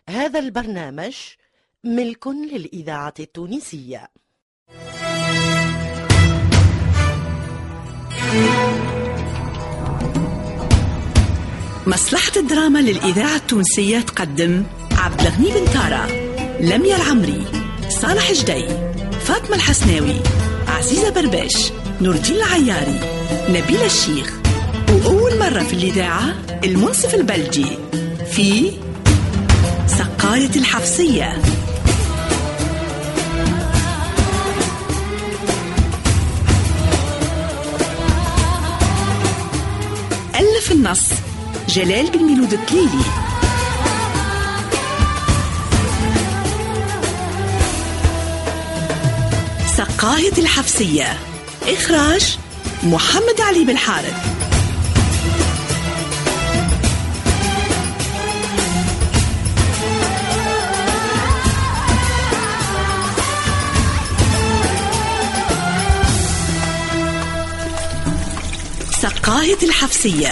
هذا البرنامج ملك للإذاعة التونسية. مصلحة الدراما للإذاعة التونسية تقدم عبد الغني بن تارة، لميا العمري، صالح جدي، فاطمة الحسناوي، عزيزة برباش، نور الدين العياري، نبيل الشيخ، وأول مرة في الإذاعة المنصف البلجي في سقاية الحفصية. ألف النص جلال بن ميلود الطليلي. سقاية الحفصية، إخراج محمد علي بالحارث. سقاية الحفصية.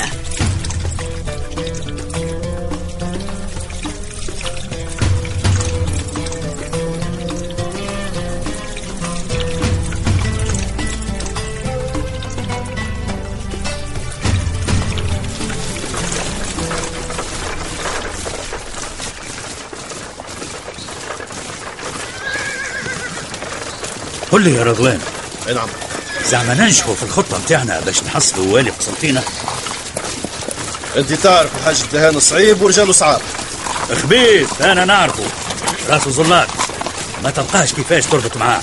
قل لي يا رضوان. نعم. زعما ننجحوا في الخطة متاعنا باش نحصلوا والي قسنطينة؟ انت تعرف الحاج الدهان صعيب ورجاله صعاب. خبيث انا نعرفه، راسه زلاط، ما تلقاش كيفاش تربط معاه.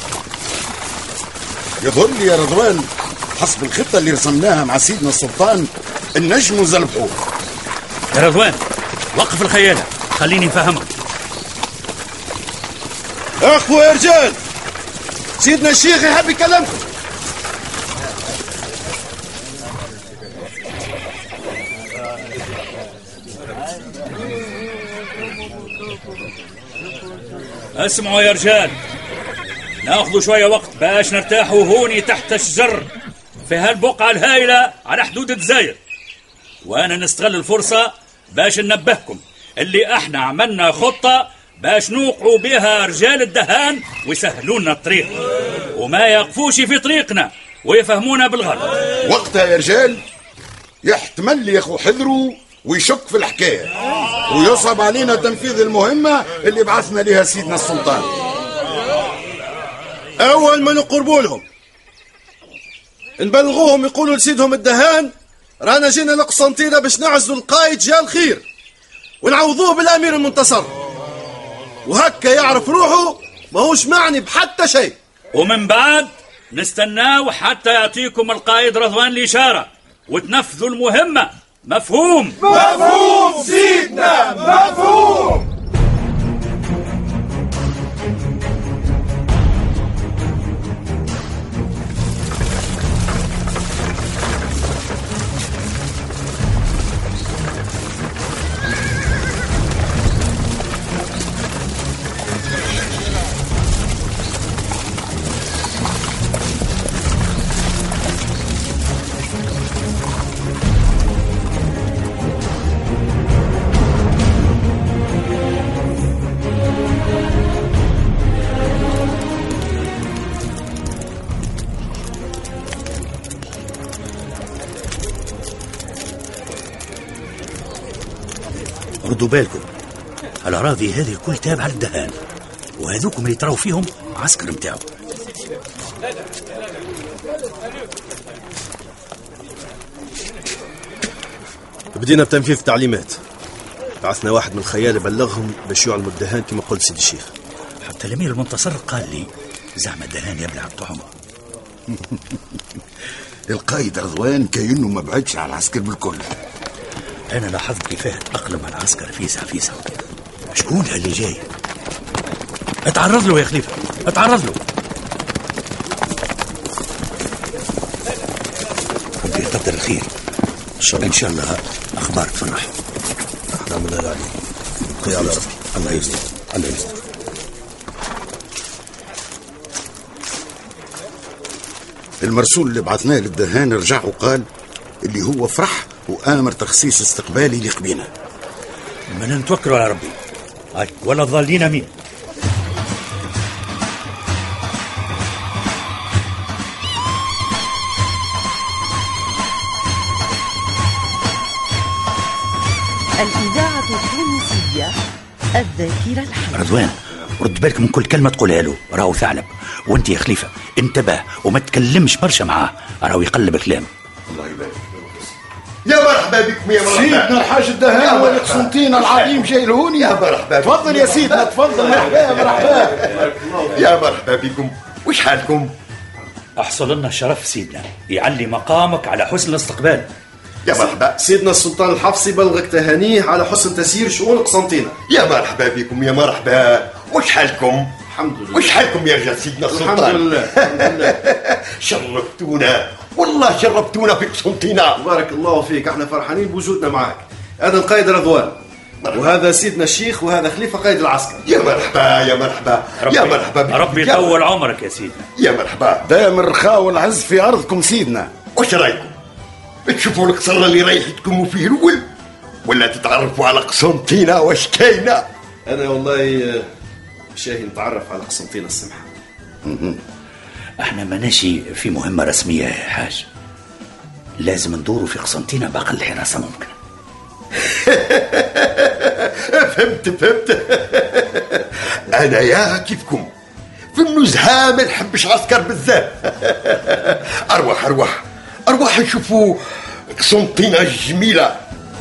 يظن لي يا رضوان حسب الخطة اللي رسمناها مع سيدنا السلطان النجم نزلبحوه. يا رضوان وقف الخيالة، خليني نفهمك. اخوة يا رجال، سيدنا الشيخ يحب يكلمكم. اسمعوا يا رجال، ناخذوا شوية وقت باش نرتاحوا هوني تحت الشجر في هالبقعة الهائلة على حدود الجزائر، وانا نستغل الفرصة باش ننبهكم اللي احنا عملنا خطة باش نوقعوا بها رجال الدهان ويسهلونا الطريق وما يقفوش في طريقنا ويفهمونا بالغلط. وقتها يا رجال يحتمل يا اخو حذروا ويشك في الحكاية ويصعب علينا تنفيذ المهمة اللي بعثنا لها سيدنا السلطان. اول ما نقربوا لهم نبلغوهم يقولوا لسيدهم الدهان رانا جينا لقسنطينة باش نعزوا القائد جاء الخير ونعوضوه بالامير المنتصر، وهكا يعرف روحه ماهوش معني بحتى شيء. ومن بعد نستناو حتى يعطيكم القائد رضوان الإشارة وتنفذوا المهمة. مفهوم؟ مفهوم سيدنا، مفهوم. ردوا بالكم، الأراضي هذه كل تابعة للدهان، وهذوكم اللي تراو فيهم عسكر متاعه. بدينا بتنفيذ تعليمات، بعثنا واحد من الخيال بلغهم باش يعلموا الدهان كما قلت سيدي الشيخ. حتى الأمير المنتصر قال لي زعما الدهان يبلع الطعم. القائد رضوان كأنه ما بعدش على العسكر بالكل. أنا لاحظت كيفاه تأقلم على العسكر فيسع. شكون اللي جاي؟ اتعرض له يا خليفة، اتعرض له. ربي يقدر الخير إن شاء الله. أخبار تفرح. احنا من العلي قيا على ربي. الله يستر. المرسول اللي بعثناه للدهان رجع وقال اللي هو فرح وآمر تخصيص استقبالي يليق بينا. من نتوكلوا على ربي. هاي ولا الضالين امين. الإذاعة التونسية الذاكرة الحية. رضوان رد بالك من كل كلمة تقولها له، راهو ثعلب. وانت يا خليفة انتبه وما تكلمش برشا معاه، راهو يقلب كلام. الله يبارك. يا مرحبا بكم يا مرحبا. سيدنا الحاج الدهان والقسنطين العظيم جاي لهوني. يا مرحبا. تفضل يا سيدنا تفضل. مرحبا يا مرحبا. يا مرحبا بكم. وش حالكم؟ أحصل لنا الشرف سيدنا، يعلي مقامك على حسن الاستقبال. يا مرحبا. سيدنا السلطان الحفصي بلغك تهانيه على حسن تسيير شؤون قسنطينة. يا مرحبا بكم يا مرحبا. وش حالكم؟ الحمد لله. وش حالكم يا رجال سيدنا السلطان؟ الحمد لله. شرفتونا والله، شرفتونا في قسنطينة. بارك الله فيك، احنا فرحانين بوجودنا معك. هذا القائد رضوان، وهذا سيدنا الشيخ، وهذا خليفة قائد العسكر. يا مرحبا يا مرحبا. يا مرحبا بكم. ربي يطول عمرك يا سيدنا. يا مرحبا. دائم الرخاء والعز في أرضكم سيدنا. وش رايكم؟ تشوفوا القصر اللي رايح تكونوا فيه الأول، ولا تتعرفوا على قسنطينة واش كاينة؟ أنا والله شاهي نتعرف على قسنطينة السمحة. احنا ماناشي في مهمة رسمية يا حاج، لازم ندوروا في قسنطينة بأقل حراسة ممكن. فهمت. أنا يا كيفكم في النزهة ما نحبش عسكر بزاف. أرواح نشوفوا قسنطينة الجميلة.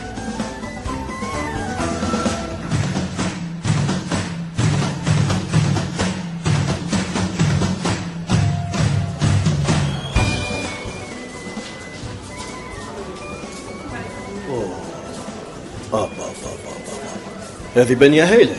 هذه بنية هايلة.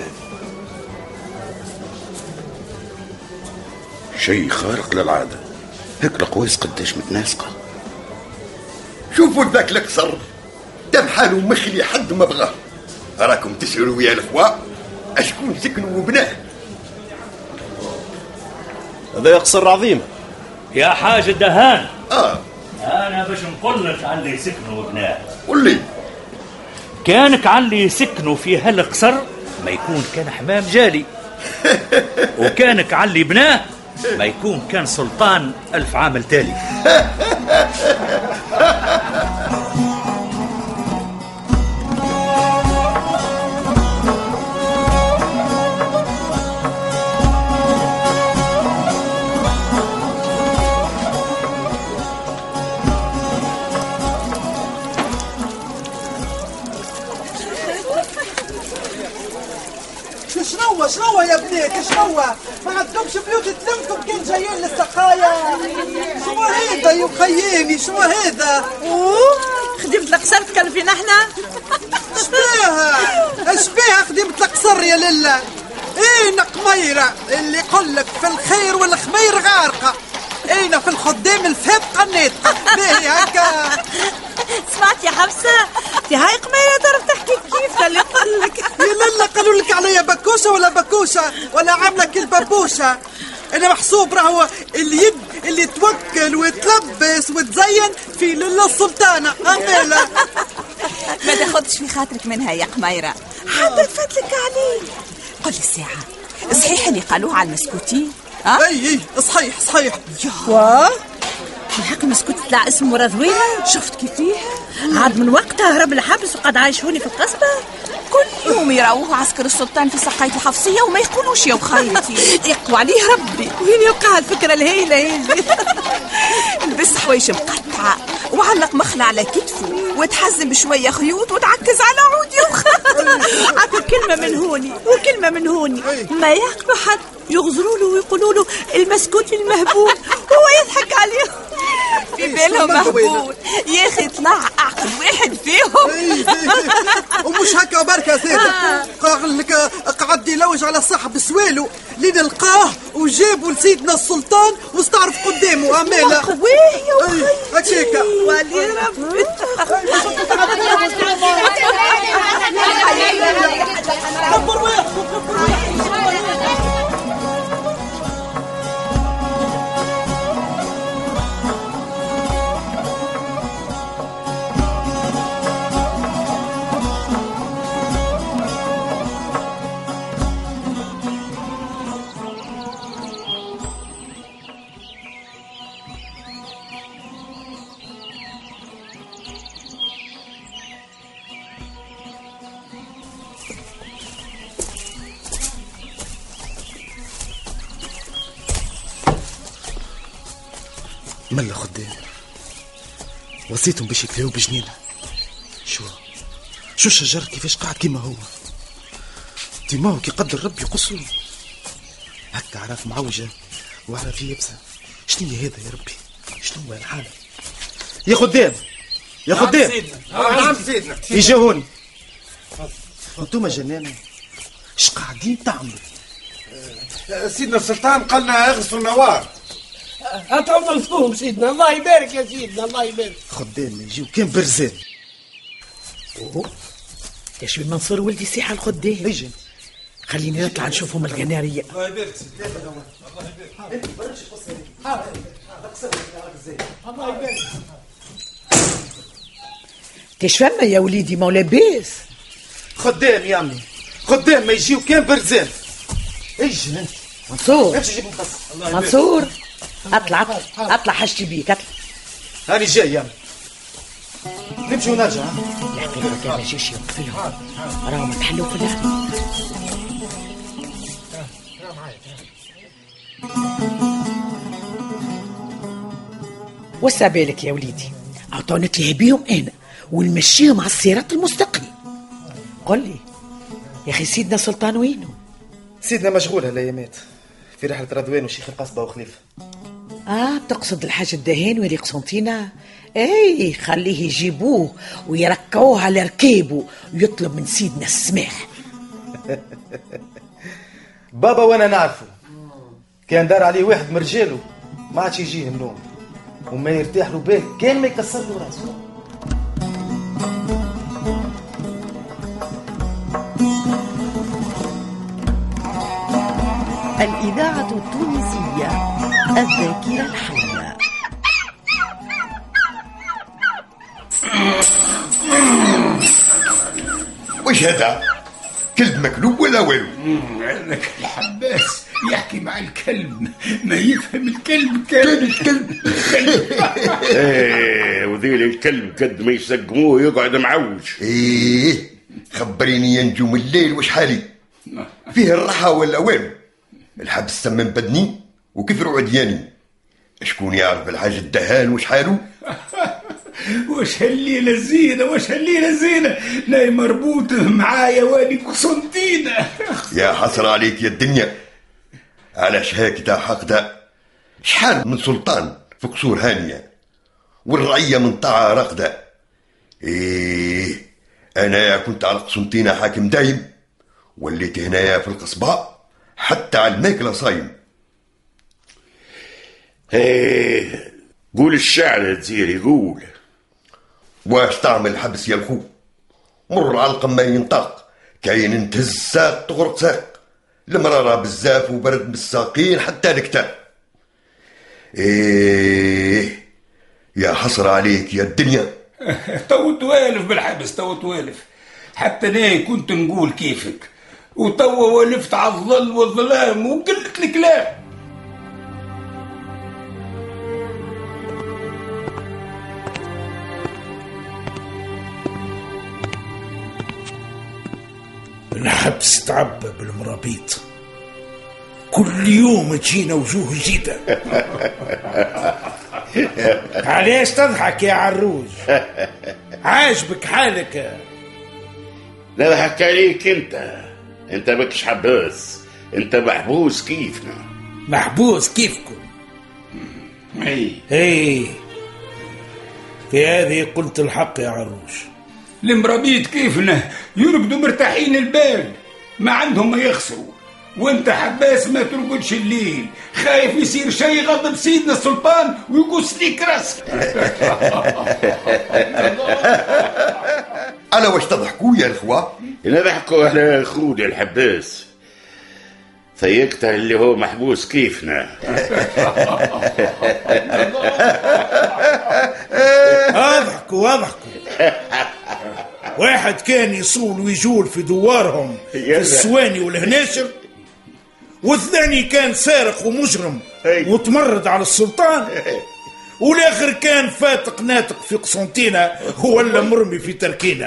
شيء خارق للعادة، هيك القويس قداش متناسقة. شوفوا ذاك القصر تم حاله مخلي حد ما بغاه. راكم تسألوا يا الأخوة أشكون سكنوا وبناه. هذا قصر عظيم يا حاج الدهان. أنا باش نقول لك على اللي يسكنوا وبناه. قل لي. كانك على اللي يسكنوا في هالقصر ما يكون كان حمام جالي، وكانك على اللي بناه ما يكون كان سلطان 1000 عام التالي. شنو يا بنيك؟ شنو ما عندكمش بيوت تلمكم كان جايين للسقايا؟ شنو هذا يا خياني؟ شنو هذا؟ خدمة القصر تكلفينا احنا؟ اشبيها خدمة القصر يا لله. اين قميرة اللي يقول لك في الخير والخمير غارقة، اين في الخدام الفاتقة الناطقة. باهي هكا. سمعت يا حفصة؟ هاي قميرة تعرف تحكي كيف اللي قال لك. يا لله قالوا لك عليا بكوشة ولا بكوشة ولا عاملة كالبابوشة. انا محسوب راهو اليد اللي توكل وتلبس وتزين في لله السلطانة. أميلة ما تاخدش في خاطرك منها يا قميرة، حتى تفضلك عليه. قل الساعة صحيح اللي قالوه على المسكوتي؟ اي صحيح. الحق المسكوت طلع اسمه رضوينة. شفت كيفيه عاد من وقتها هرب الحبس وقعد عايشوني في القصبة. كل يوم يراوه عسكر السلطان في سقاية الحفصية وما يقولوش يا وخايتي. يقوى عليه ربي. وين يوقع الفكرة الهيلة هذه؟ لبس حوايج مقطعة وعلق مخلع على كتفه وتحزم بشوية خيوط وتعكز على عود عطر كلمة من هوني وكلمة من هوني، ما يعقل حد يغزروا له ويقولوا له المسكوت المهبول، هو يضحك عليهم في بالهم مهبول. يا اخي طلع اعقل واحد فيهم. ومش هكا بركة زيادة. قال لك قعد يلوج على صاحب سوالو لين لقاه وجابوا لسيدنا السلطان واستعرف قدامه. أميلة قويه يا وخيتي هكاكا. ولي ربي. ملا خدام وصيتهم باش يكليو بجنينه. شو الشجر كيفاش قاعد كيما هو تيماو كي قدر ربي يقصوا هكا عرف معوجه وعرف يبسه. شنو هذا يا ربي؟ شنو الحاله يا خدام؟ يا خدام نعم سيدنا يجي هوني. انتوما جنانه اش قاعدين تعملوا؟ سيدنا السلطان قالنا اغسلوا النوار. هاتوا نلفوهم سيدنا. الله يبارك يا سيدنا الله يبارك. خدام يجيو كان برزان. ايش بمنصور ولدي سيح على الخدام. اجي خليني نطلع نشوفهم القناريه. الله يبارك سيدنا. الله يبارك. انت برش الله يبارك. كيش فما يا وليدي ما لاباس؟ خدام يا عمي خدام ما يجيو كان برزان. اجي انت منصور. امشي جيب مقص. منصور اطلع حاجتي بيك اطلع. هاني جاي يا عمي. نمشي ونرجع. لا في الخدام ما يجيش يوقفلهم راهم تحلوا في اللعب. وسع بالك يا وليدي عطوا نتلهي بيهم انا ونمشيهم على الصراط المستقيم. قل لي يا اخي سيدنا سلطان وينه؟ سيدنا مشغول هالايامات في رحله رضوان وشيخ القصبه وخليفه. تقصد الحاج الدهان ولي قسنطينة؟ اي خليه يجيبوه ويركعوه على ركيبه ويطلب من سيدنا السماح. بابا وانا نعرفه كان دار عليه واحد من رجاله ما عادش يجيه النوم وما يرتاح له بال كان ما يكسر له راسه. الإذاعة التونسية الذاكرة الحية. وش هذا؟ كلب مكلوب ولا والو؟ عندك الحباس يحكي مع الكلب ما يفهم الكلب. كان الكلب ايه وذيل الكلب قد ما يسقموه يقعد معوج. ايه خبريني يا نجوم الليل وش حالي؟ فيه الراحة ولا وين؟ الحبس تمم بدني وكثروا عدياني. شكون يعرف الحاج الدهان وش حاله؟ وش هالليلة الزينة وش هالليلة الزينة لا مربوط معايا وادي قسنطينة. يا حسرة عليك يا الدنيا علاش هكذا حقدا. شحال من سلطان في قصور هانية والرعية من طاعة رقدة. ايه انا كنت على قسنطينة حاكم دايم وليت هنايا في القصبة حتى على الماكلة صايم. ايه قول الشعر تزيري قول. واش تعمل حبس يا الخو؟ مر على القمة ينطق كاين نتهز ساق تغرق ساق. المرارة بزاف وبرد بالساقين حتى الكتاب. ايه يا حسرة عليك يا الدنيا. تو توالف بالحبس تو توالف. حتى انا كنت نقول كيفك وتوا والفت على الظل والظلام وقلت الكلام. الحبس تعبى بالمرابيط كل يوم تجينا وجوه جديدة. علاش تضحك يا عروج؟ عاجبك حالك؟ نضحك عليك انت بكش حباس. انت محبوس كيفنا. محبوس كيفكم؟ اي في هذه قلت الحق يا عروج. المرابيط كيفنا يرقدوا مرتاحين البال ما عندهم ما يخسروا وانت حباس ما ترقدش الليل خايف يصير شيء غضب سيدنا السلطان ويقص ليك راسك. انا واش تضحكوا يا الاخوه؟ نضحكوا على خودي الحباس فيقتل اللي هو محبوس كيفنا. اضحكوا واحد كان يصول ويجول في دوارهم في السواني والهناشر والثاني كان سارق ومجرم وتمرد على السلطان والاخر كان فاتق ناتق في قسنطينة ولا مرمي في تركينة.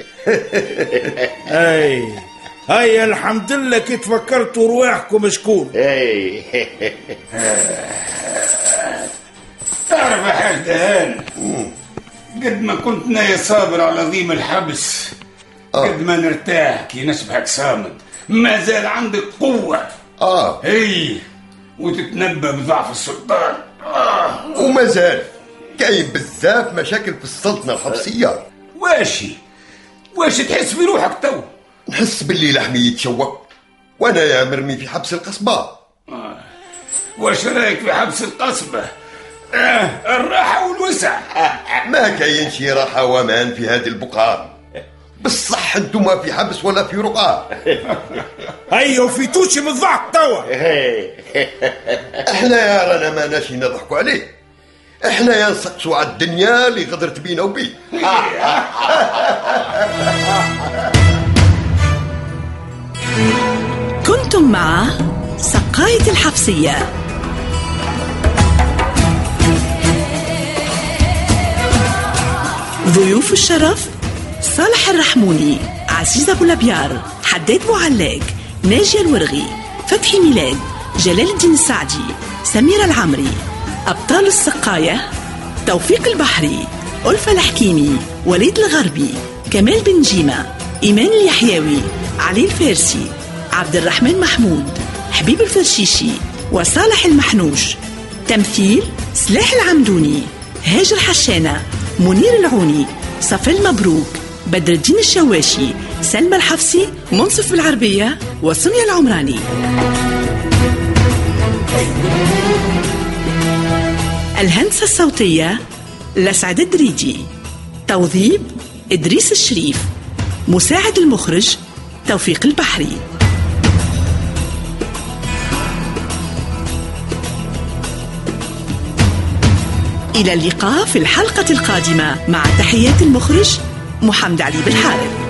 هيا الحمد لله كي تفكرتوا رواحكم شكون. تعرف يا حاج دهان، قد ما كنت نايا صابر على ضيم الحبس قد ما نرتاح كي نشبحك صامد. ما زال عندك قوة هي وتتنبأ بضعف السلطان. وما زال كاين بزاف مشاكل في السلطنة الحبسية. واش تحس بروحك تو؟ نحس باللي لحمي يتشوق وانا يا مرمي في حبس القصبة. واش رايك في حبس القصبة؟ الراحة والوسع. ما كاين شي راحة وامان في هذه البقعة. بالصح انتم في حبس ولا في رقعة؟ هيا وفي توشي بالضعف توا. احنا يا رانا ما ناشي نضحكوا عليه، احنا يا نسقسوا على الدنيا اللي غدرت بينا وبيه. كنتم مع سقاية الحبسية. ضيوف الشرف: صالح الرحموني، عزيز أبو لبيار، حداد معلاق، ناجية الورغي، فتحي ميلاد، جلال الدين السعدي، سميرة العمري. أبطال السقاية: توفيق البحري، ألفة الحكيمي، وليد الغربي، كمال بن جيمة، إيمان اليحيوي، علي الفارسي، عبد الرحمن محمود، حبيب الفرشيشي، وصالح المحنوش. تمثيل: سلاح العمدوني، هاجر حشانة، منير العوني، صفي المبروك، بدر الدين الشواشي، سلمى الحفصي، منصف بالعربية، وسمية العمراني. الهندسة الصوتية: لسعد الدريجي. توظيب: إدريس الشريف. مساعد المخرج: توفيق البحري. إلى اللقاء في الحلقة القادمة، مع تحيات المخرج محمد علي بالحارث.